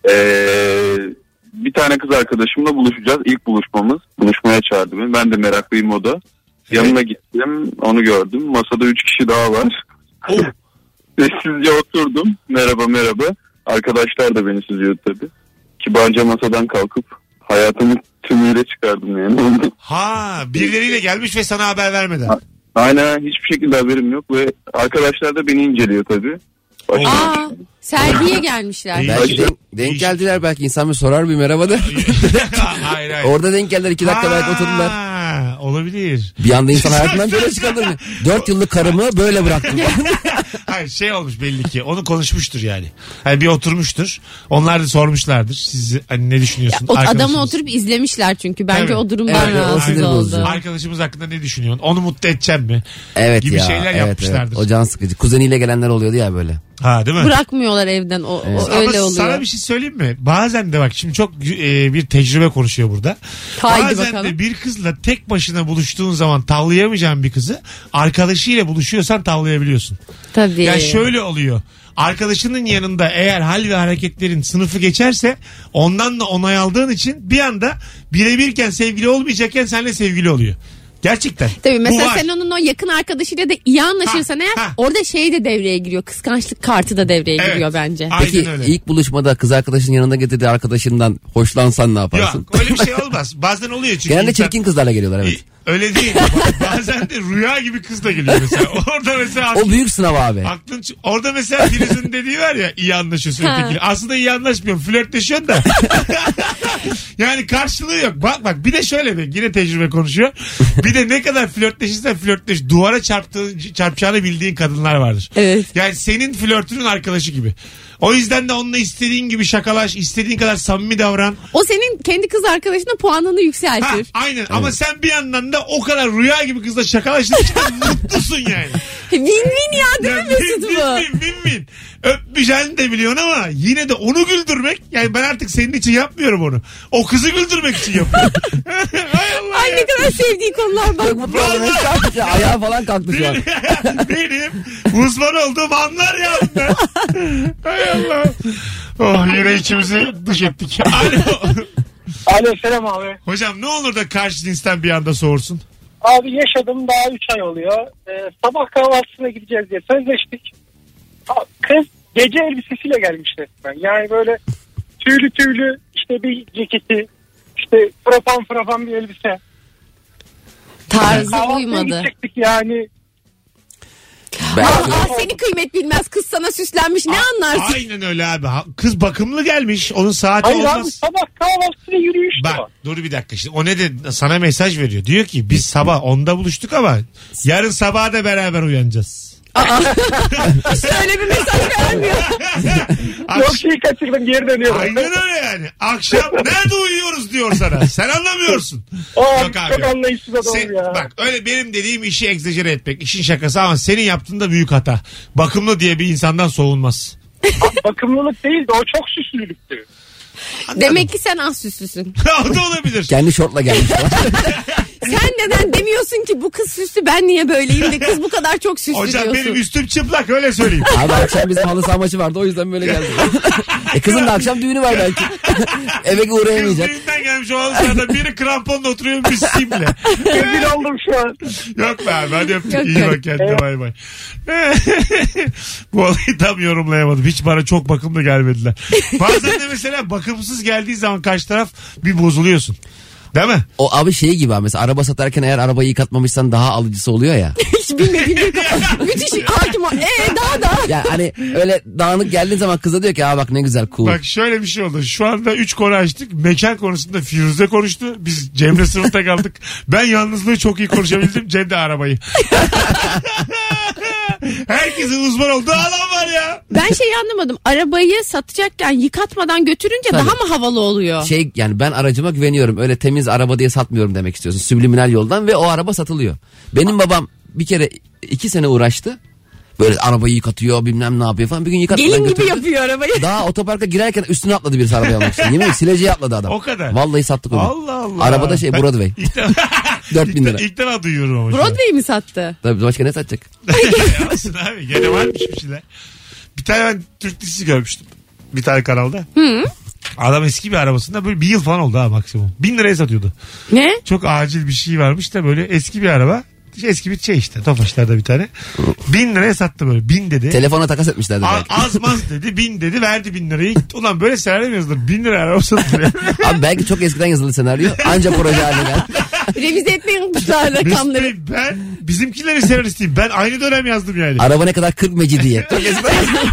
Bir tane kız arkadaşımla buluşacağız. İlk buluşmamız. Buluşmaya çağırdı beni. Ben de meraklıyım o da. Yanına gittim. Onu gördüm. Masada 3 kişi daha var. Oh. Sessizce oturdum. Merhaba merhaba. Arkadaşlar da beni süzüyordu tabii. Kibarca masadan kalkıp hayatımı tümüyle çıkardım yani. Ha birileriyle gelmiş ve sana haber vermeden. Aynen hiçbir şekilde haberim yok ve arkadaşlar da beni inceliyor tabii. Aa, sergiye gelmişler. İyi. Belki denk geldiler, belki insan bir sorar bir merhaba da. Hayır hayır. Orada denk geldiler, 2 dakika belki oturdular. Ha, olabilir. Bir anda insan hayatından böyle çıkarılır mı? 4 yıllık karımı böyle bıraktım. Hayır şey olmuş belli ki. Onu konuşmuştur yani. Hani bir oturmuştur. Onlar da sormuşlardır. Siz hani ne düşünüyorsun? O adamı Arkadaşınız. oturup izlemişler çünkü. Bence Tabii. o durumdan Evet, o rahatsız sinir bozucu. oldu. Arkadaşımız hakkında ne düşünüyorsun? Onu mutlu edeceğim mi? Evet Gibi ya. şeyler yapmışlardır. O can sıkıcı. Kuzeniyle gelenler oluyordu ya böyle. Ha değil mi? Bırakmıyorlar evden o Evet. öyle Ama oluyor. sana bir şey söyleyeyim mi? Bazen de bak şimdi çok bir tecrübe konuşuyor burada. Haydi Bazen bakalım. de bir kızla tek başına buluştuğun zaman tavlayamayacağın bir kızı arkadaşıyla buluşuyorsan tavlayabiliyorsun. Tabii. Yani şöyle oluyor. Arkadaşının yanında eğer hal ve hareketlerin sınıfı geçerse ondan da onay aldığın için bir anda birebirken sevgili olmayacakken seninle sevgili oluyor. Gerçekten. Tabii Bu mesela var. sen onun o yakın arkadaşıyla da iyi anlaşırsan eğer ha. orada şey de devreye giriyor. Kıskançlık kartı da devreye Evet. giriyor bence. Aynen Peki öyle. ilk buluşmada kız arkadaşının yanında getirdiği arkadaşından hoşlansan ne yaparsın? Yok öyle bir şey olmaz. Bazen oluyor çünkü. Genelde insan- çirkin kızlarla geliyorlar, evet. Öyle değil. Bazen de rüya gibi kız da geliyor mesela. Orada mesela O büyük sınav abi. orada mesela Filiz'in dediği var ya iyi anlaşıyorsun Ha. ötekiyle. Aslında iyi anlaşmıyorsun. Flörtleşiyorsun da. Yani karşılığı yok. Bak bir de şöyle bir yine tecrübe konuşuyor. Bir de ne kadar flörtleşirsen flörtleş. Duvara çarpacağını bildiğin kadınlar vardır. Evet. Yani senin flörtünün arkadaşı gibi. O yüzden de onunla istediğin gibi şakalaş, istediğin kadar samimi davran. O senin kendi kız arkadaşına puanını Ha, yükseltir. aynen ama sen bir yandan da o kadar rüya gibi kızla şakalaştığın için mutlusun yani. Win-win ya değil mi Mesut bu? Win. Öpmeyeceğini de biliyorsun ama yine de onu güldürmek. Yani ben artık senin için yapmıyorum onu. O kızı güldürmek için yapıyorum. Hay Allah Ay ya. ne kadar sevdiği konular bak. Çok mutlu oldum. Ayağı falan kalktı şu an. Benim uzman olduğum anlar ya bunlar. Hay Allah. Oh yine içimizi dış ettik. Alo. Alo selam abi. Hocam ne olur da karşı cinsten bir anda soğursun. Abi yaşadım daha 3 ay oluyor. Sabah kahvaltısına gideceğiz diye sözleştik. Kız gece elbisesiyle gelmiş resmen. Yani böyle tüylü işte bir ceketi, işte frapan bir elbise. Tarzı Kahvaltıya uymadı. gidecektik yani. Seni kıymet bilmez kız sana süslenmiş ne anlarsın? Aynen öyle abi. Kız bakımlı gelmiş. Onun saati Hayır olmaz. abi sabah kahvaltısıyla yürüyüş. Bak dur bir dakika şimdi. O ne de sana mesaj veriyor. Diyor ki biz sabah 10'da buluştuk ama yarın sabaha da beraber uyanacağız. İşte öyle bir mesaj vermiyor. Yok şeyi kaçırdım geri dönüyorum. Aynen öyle yani. Akşam nerede uyuyoruz diyor sana. Sen anlamıyorsun. Yok abi, çok anlayışsız adam ya. Bak öyle benim dediğim işi egzajere etmek. İşin şakası ama senin yaptığın da büyük hata. Bakımlı diye bir insandan soğunmaz. Bakımlılık değil de o çok süslülüktü. Demek ki sen az süslüsün. O da olabilir. Kendi şortla gelmiş. Sen neden demiyorsun ki bu kız süslü ben niye böyleyim de kız bu kadar çok süslü Hocam diyorsun. benim üstüm çıplak öyle söyleyeyim. Abi akşam bizim halı saha maçı vardı o yüzden böyle geldi. Kızın da akşam düğünü var belki. Eve uğrayamayacak. Kız düğünden gelmiş o sırada biri kramponla oturuyor bir simle. Rezil oldum şu an. Yok be abi hadi öptük. Yok, İyi yok. bak kendine bay bay. Bu olayı tam yorumlayamadım. Hiç bana çok bakımlı gelmediler. Bazen de mesela bakımsız geldiği zaman karşı taraf bir bozuluyorsun. Değil mi? O abi şey gibi abi mesela araba satarken eğer arabayı yıkatmamışsan daha alıcısı oluyor ya. Hiç bilmediğim müthiş hakim o. Daha. Yani hani öyle dağınık geldiğin zaman kıza diyor ki aa bak ne güzel cool. Bak şöyle bir şey oldu. Şu anda 3 konu açtık. Mekan konusunda Firuze konuştu. Biz Cem'le sınıfta kaldık. Ben yalnızlığı çok iyi konuşabildim. Cem de arabayı. Herkesin uzman olduğu alan var ya. Ben şeyi anlamadım. Arabayı satacakken yıkatmadan götürünce Tabii. daha mı havalı oluyor? Şey yani ben aracıma güveniyorum. Öyle temiz araba diye satmıyorum demek istiyorsun. Subliminal yoldan ve o araba satılıyor. Benim babam bir kere 2 sene uğraştı. Böyle arabayı yıkatıyor bilmem ne yapıyor falan. Bir gün yıkatmadan Gelin götürdü. gibi yapıyor arabayı. Daha otoparka girerken üstüne atladı birisi arabayı almak için. Yemin ederim sileceğe atladı adam. O kadar. Vallahi sattık onu. Allah Allah. Arabada şey Broadway. 4.000 lira. İlk defa duyuyorum ama. Broadway mi sattı? Tabii başka ne satacak? Yapsın abi. Gene varmış bir şeyler. Bir tane ben Türk dizisi görmüştüm. Bir tane kanalda. Adam eski bir arabasında böyle 1 yıl falan oldu ha maksimum. 1000 liraya satıyordu. Ne? Çok acil bir şey varmış da böyle eski bir araba. Eski bir şey işte. Tofaşlarda bir tane. 1000 liraya sattı böyle. 1000 dedi. Telefona takas etmişlerdi belki. Az maz dedi. 1000 dedi. Verdi 1000 lirayı. Ulan böyle senaryo mu yazılır? 1000 lira araba satılıyor. Abi belki çok eskiden yazılı senaryo. Anca proje haline geldi. Revize etmeyi unutmuşlar rakamları. Mesut Bey, ben bizimkilerin senaristiyim. Ben aynı dönem yazdım yani. Araba ne kadar 40 meci diye. Çok eskiden.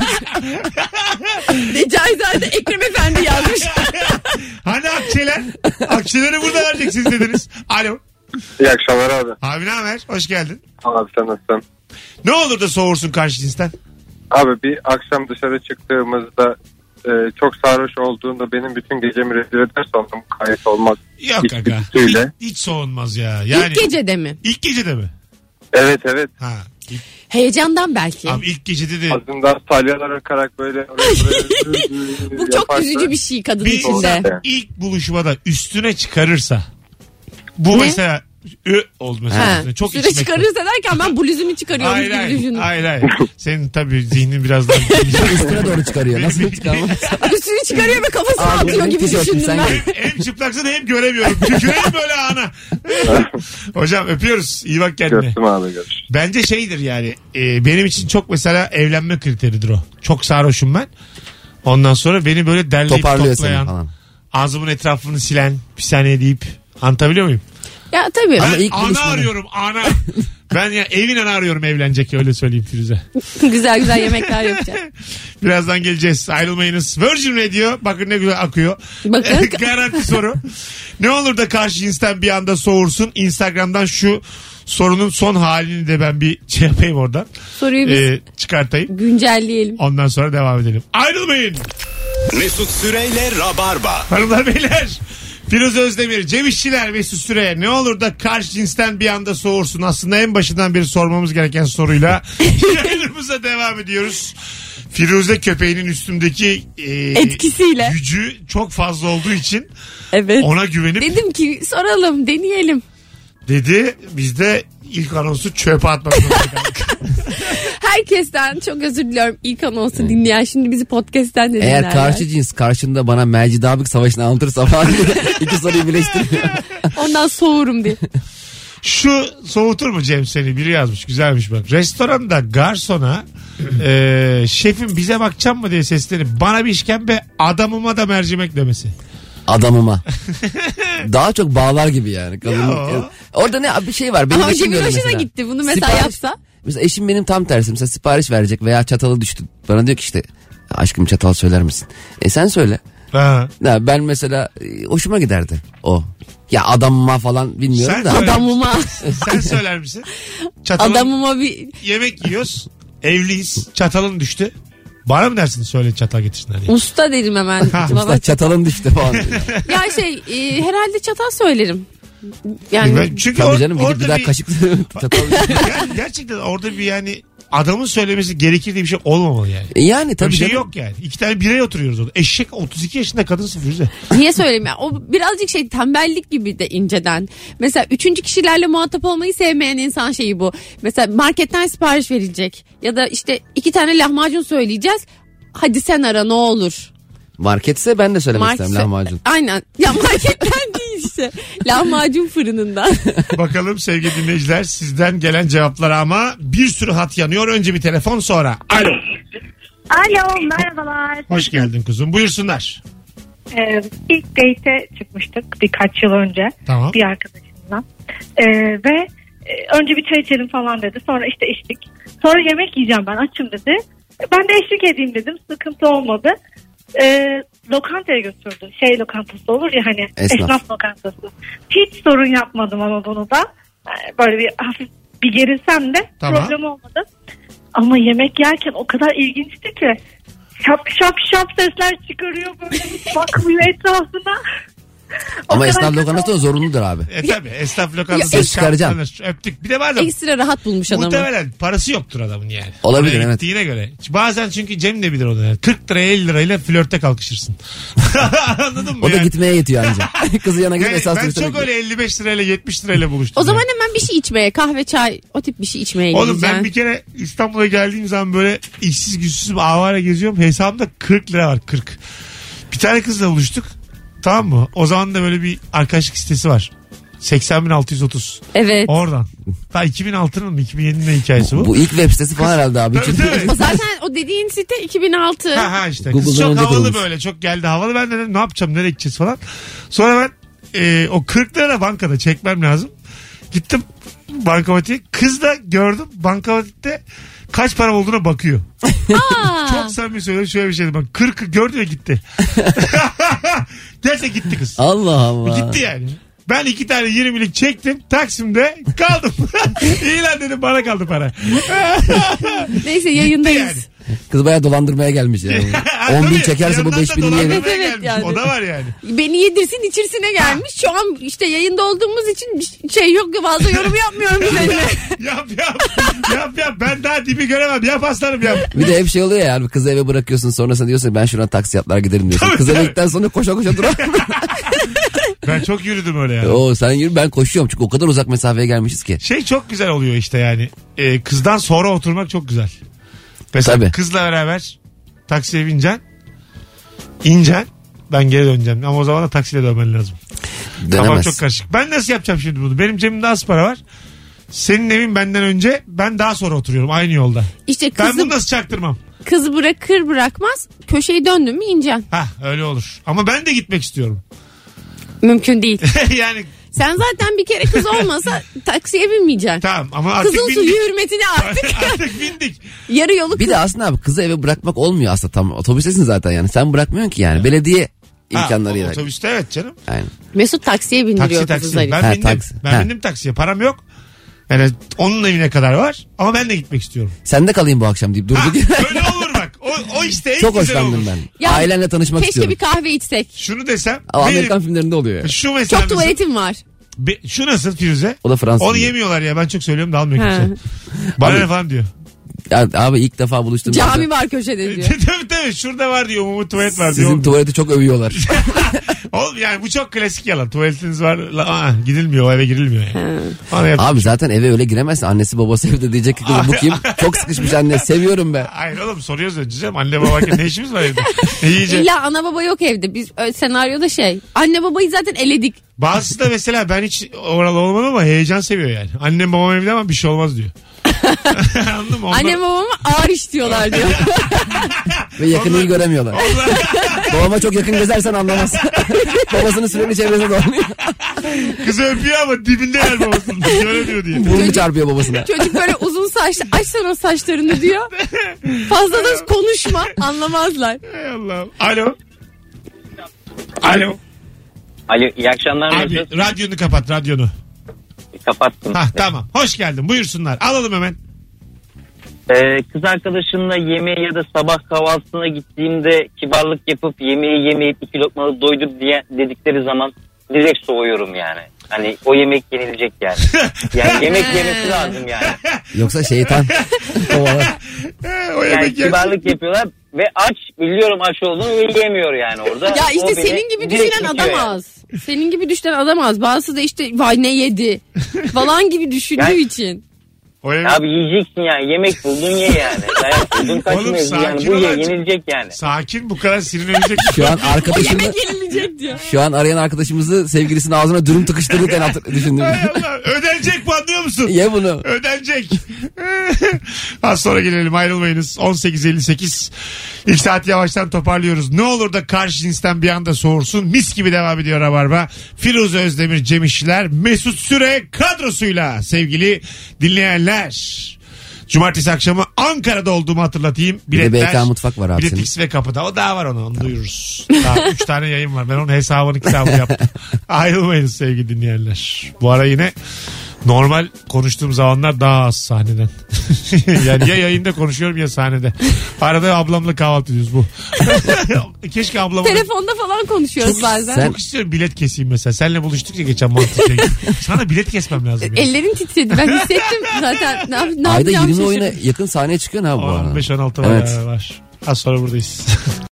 Recaizade Ekrem Efendi yazmış. Hani akçeler? Akçeleri burada vereceksiniz dediniz. Alo. İyi akşamlar abi. Abi ne haber? Hoş geldin. Abi sen nasılsın? Ne olur da soğursun karşı cinsten? Abi bir akşam dışarı çıktığımızda çok sarhoş olduğunda benim bütün gecemi rezil ederse ondan kayıt olmaz. Yok Hiç aga. birisiyle. Hiç soğunmaz ya. Yani, İlk gecede mi? İlk gecede mi? Evet evet. Ha. Heyecandan belki. Abi ilk gecede de. Ağzından salyalar akarak böyle. Bu çok üzücü bir şey kadın Bir içinde. insan ilk buluşmada üstüne çıkarırsa. Bu Ne? mesela oldu mesela. Üstüne. Çok Süre içmek. çıkarırsa derken ben bluzumu çıkarıyorum Hayır gibi düşündüm. hayır. Senin tabii zihnin biraz daha. Üstüne doğru çıkarıyor. Nasıl çıkarmaz? Üstünü çıkarıyor ve kafasına Abi, atıyor gibi tişört düşündüm giysen ben. Hem çıplaksın hem göremiyorum. Tüküreyim böyle ana. Hocam öpüyoruz. İyi bak kendine. Görsün abi görüş. Bence şeydir yani. Benim için çok mesela evlenme kriteridir o. Çok sarhoşum ben. Ondan sonra beni böyle derleyip Toparlıyor toplayan. seni falan. Ağzımın etrafını silen. Bir saniye deyip. Anlatabiliyor muyum? Ya tabii. Ben Ama ilk ana buluşmada- arıyorum ana. Ben ya evin ana arıyorum evlenecek öyle söyleyeyim Firuze. güzel güzel yemekler yapacak. Birazdan geleceğiz. Ayrılmayınız. Virgin Radio. Bakın ne güzel akıyor. Bakın. Garanti soru. Ne olur da karşı cinsten bir anda soğursun. Instagram'dan şu sorunun son halini de ben bir şey yapayım oradan. Soruyu biz Çıkartayım. güncelleyelim. Ondan sonra devam edelim. Ayrılmayın. Mesut Süreyle Rabarba. Hanımlar beyler. Firuze Özdemir, Cem İşçiler, Mesut Süre. Ne olur da karşı cinsten bir anda soğursun. Aslında en başından beri sormamız gereken soruyla yayınımıza devam ediyoruz. Firuze köpeğinin üstümdeki etkisiyle gücü çok fazla olduğu için evet. Ona güvenip dedim ki soralım, deneyelim dedi. Biz de ilk anonsu çöpe atmak zorunda kaldık. Herkesten çok özür diliyorum ilk anonsu dinleyen, şimdi bizi podcast'ten de dinlerler. Eğer karşı cins karşında bana Melcid Abik Savaşı'nı anlatırsa falan iki soruyu birleştiriyor. Ondan soğurum diye. Şu soğutur mu Cem seni? Biri yazmış, güzelmiş bak. Restoranda garsona şefim bize bakacak mı diye seslenip bana bir işkembe, adamıma da mercimek demesi. Adamıma. Daha çok bağlar gibi yani. Orada ne bir şey var. Benim ama eşim Cem'in hoşuna mesela gitti bunu mesela yapsa. Mesela eşim benim tam tersi. Mesela sipariş verecek veya çatalı düştü. Bana diyor ki işte aşkım çatal söyler misin? Sen söyle. Ha. Ben mesela hoşuma giderdi o. Ya adamıma falan bilmiyorum Sen da. Adamıma. Sen söyler misin? Çatalın, adamıma bir... Yemek yiyoruz. Evliyiz. Çatalın düştü. Bana mı dersin söyle çatal getirsinler diye? Usta derim hemen. Usta çatalın düştü falan. Ya herhalde çatal söylerim. Yani çünkü tabii canım orada bir daha kaşık çatal. Gerçekten orada bir yani adamın söylemesi gerekir diye bir şey olmamalı yani. Yani tabii bir şey canım. yok yani. 2 tane birey oturuyoruz orada. Eşek 32 yaşında kadınsın Firuze. Niye söyleyeyim ya? O birazcık tembellik gibi de inceden. Mesela 3. kişilerle muhatap olmayı sevmeyen insan şeyi bu. Mesela marketten sipariş verilecek. Ya da işte 2 tane lahmacun söyleyeceğiz. Hadi sen ara ne olur. Marketse ben de söylemek isterim lahmacun. Aynen. Ya marketten değil işte. Lahmacun fırınından. Bakalım sevgili dinleyiciler sizden gelen cevaplara ama bir sürü hat yanıyor. Önce bir telefon sonra. Alo. Alo merhabalar. Hoş geldin kuzum. Buyursunlar. İlk date'e çıkmıştık birkaç yıl önce. Tamam. Bir arkadaşımla. Ve önce bir çay içelim falan dedi. Sonra işte içtik. Sonra yemek yiyeceğim ben açım dedi. Ben de eşlik edeyim dedim. Sıkıntı olmadı. Lokantaya götürdü. Lokantası olur ya hani esnaf lokantası. Hiç sorun yapmadım ama bunu da. Böyle bir hafif bir gerilsem de tamam. Problem olmadı. Ama yemek yerken o kadar ilginçti ki şap şap şap sesler çıkarıyor böyle bakmıyor etrafına. Ama esnaf lokantası da zorunludur abi. Tabii esnaf lokantası ses çıkaracağım. Öptük. Bir de bazen ekstra rahat bulmuş adamı. Muhtemelen parası yoktur adamın yani. Olabilir oraya evet. Gittiğine göre. Bazen çünkü Cem de bilir onu. Yani. 40 liraya 50 lirayla flörte kalkışırsın. Anladın mı? O da gitmeye yetiyor anca. Kızı yana gidip esas ben çok öyle 55 lirayla 70 lirayla buluştum. O zaman hemen bir şey içmeye, kahve çay o tip bir şey içmeye oğlum gideceksin. ben bir kere İstanbul'a geldiğim zaman böyle işsiz güçsüz avara geziyorum. Hesabımda 40 lira var 40. Bir tane kızla buluştuk. Tamam mı? O zaman da böyle bir arkadaşlık sitesi var. 80.630. Evet. Oradan. Ta 2006'nın mı 2007'nin hikayesi bu. Bu ilk web sitesi falan herhalde abi. O zaten o dediğin site 2006. Ha işte. Kız Google'dan çok önce havalı kurulmuş. böyle. Çok geldi havalı. Ben de dedim ne yapacağım nereye gideceğiz falan. Sonra ben o 40 lira bankada çekmem lazım. Gittim bankamatiğe. Kız da gördüm bankamatikte kaç para olduğuna bakıyor. Çok samimi söylüyorum şöyle bir şeydi. Bak 40'ı gördü ve gitti. Gerçekten gitti kız. Allah Allah. Gitti yani. Ben 2 tane 20'lik çektim. Taksim'de kaldım. İyi lan dedim bana kaldı para. Neyse yayındayız. Yani. Kız bayağı dolandırmaya gelmiş yani. 10.000 çekerse bu 5.000'i yer. Evet yani. O da var yani. Beni yedirsin içirsine gelmiş. Şu an işte yayında olduğumuz için bir şey yok. Fazla yorum yapmıyorum üzerine. Yap. Ben daha dibi göremem. Yap aslanım yap. Bir de hep şey oluyor ya yani kızı eve bırakıyorsun sonrasında diyorsun ben şuradan taksi atlar giderim diyorsun. Kız eve gittikten sonra koşa koşa durar. Ben çok yürüdüm öyle yani. Oo sen yürü ben koşuyorum çünkü o kadar uzak mesafeye gelmişiz ki. Çok güzel oluyor işte yani. Kızdan sonra oturmak çok güzel. Mesela tabii. Kızla beraber taksiye bineceksin. İneceksin. Ben geri döneceğim. Ama o zaman da taksiyle dönmen lazım. Dönemez. Kafam çok karışık. Ben nasıl yapacağım şimdi bunu? Benim cebimde az para var. Senin evin benden önce. Ben daha sonra oturuyorum aynı yolda. İşte Ben bunu nasıl çaktırmam? Kızı bırakır bırakmaz köşeyi döndün mü ineceksin. Öyle olur. Ama ben de gitmek istiyorum. Mümkün değil. Yani sen zaten bir kere kız olmasa taksiye binmeyeceksin. Tamam ama artık kızın bindik. suyu hürmetine Artık bindik. Yarı yolu Bir de aslında abi kızı eve bırakmak olmuyor aslında tam otobüstesin zaten yani. Sen bırakmıyorsun ki yani belediye imkanlarıyla. Otobüste evet canım. Aynen. Mesut taksiye bindiriyor kızları. Ben bindim. Ben bindim taksiye. Param yok. Yani onun evine kadar var ama ben de gitmek istiyorum. Sen de kalayım bu akşam deyip durduk. Öyle olur bak. O o işte en Çok güzel hoşlandım olur. ben. Ya, Ailenle tanışmak Keşke istiyorum. bir kahve içsek. Şunu desem. Ama benim- Amerikan filmlerinde oluyor ya. Şu mesela Çok nasıl? tuvaletim var. Şu nasıl Firuze? O da Fransız. Onu filmi. yemiyorlar ya, ben çok söylüyorum da almıyor Ha. kimse. Bana ne falan diyor. Ya, abi ilk defa buluştum. Cami var köşede diyor. Tabii şurada var diyor, umumi tuvalet var diyor. Sizin tuvaleti çok övüyorlar. Oğlum yani bu çok klasik yalan. Tuvaletiniz var. Gidilmiyor, o eve girilmiyor yani. Ona yapacak Abi zaten eve öyle giremezsin. Annesi babası evde diyecek ki bu kim? Çok sıkışmış anne. Seviyorum be. Hayır oğlum, soruyoruz önce canım. Anne babayken ne işimiz var evde? Ne yiyeceğiz? İlla ana baba yok evde. Biz senaryoda anne babayı zaten eledik. Bazısı da mesela ben hiç oralı olmadım ama heyecan seviyor yani. Annem babam evde ama bir şey olmaz diyor. Anladın mı? Annem babama ağır iş diyorlar diyor. Ve yakınlığı göremiyorlar. Babama çok yakın gezersen anlamaz. Babasının sürekli çevresine dolanıyor. Kız öpüyor ama dibinde yer babasının. Göremiyor diye. Burnu çarpıyor babasına. Çocuk böyle uzun saçlı, açsana saçlarını diyor. Fazla da konuşma, anlamazlar. Hay Allah'ım. Alo. Alo. Alo, iyi akşamlar. Abi radyonu kapat, radyonu. Kapattım. Tamam, hoş geldin, buyursunlar, alalım hemen. Kız arkadaşımla yemeğe ya da sabah kahvaltısına gittiğimde kibarlık yapıp yemeği yemeyip 2 lokmalı doydur diye dedikleri zaman direkt soğuyorum yani. Hani o yemek yenilecek yani. Yani yemek yemesi lazım yani. Yoksa şeytan. Yani kibarlık yapıyorlar ve aç, biliyorum aç olduğunu ve yemiyor yani orada. Ya işte O beni senin gibi direkt düşünen itiyor adam yani. az. Senin gibi düşünen adam az. Bazısı da işte vay ne yedi falan gibi düşündüğü Yani- için. Abi yiyeceksin yani, yemek buldun ye yani. Dayak buldun kaç Oğlum, mevzu yani, sakin bu ol ye azıcık. yenilecek yani. Sakin, bu kadar sinirlenecek. Şu an arkadaşımla Yemek yenilecek diyor. şu an arayan arkadaşımızı sevgilisinin ağzına dürüm tıkıştırırken düşündüm. Hay Allah, ödenecek bu, anlıyor musun? Ye bunu. Ödenecek. Az sonra gelelim, ayrılmayınız. 18.58. İlk saat yavaştan toparlıyoruz. Ne olur da karşı cinsten bir anda soğursun. Mis gibi devam ediyor Rabarba. Firuze Özdemir, Cem İşçiler, Mesut Süre kadrosuyla sevgili dinleyenler. Cumartesi akşamı Ankara'da olduğumu hatırlatayım. Bir de BK Mutfak var abi Bilet senin. X ve kapıda. O daha var, onu duyururuz. Daha 3 tane yayın var. Ben onun hesabını yaptım. Ayrılmayınız sevgili dinleyenler. Bu ara yine normal konuştuğum zamanlar daha az sahneden. Yani ya yayında konuşuyorum ya sahnede. Arada ablamla kahvaltı ediyoruz bu. Keşke ablamla... Telefonda falan konuşuyoruz bazen. Çok istiyorum bilet keseyim mesela. Seninle buluştuk ya geçen mantıkla. Sana bilet kesmem lazım. Yani. Ellerin titredi. Ben hissettim zaten. Ne Ayda yapacağımı 20 oyuna şaşırdım. yakın sahneye çıkıyor ha bu arada. 15-16 var. Evet. Var. Az sonra buradayız.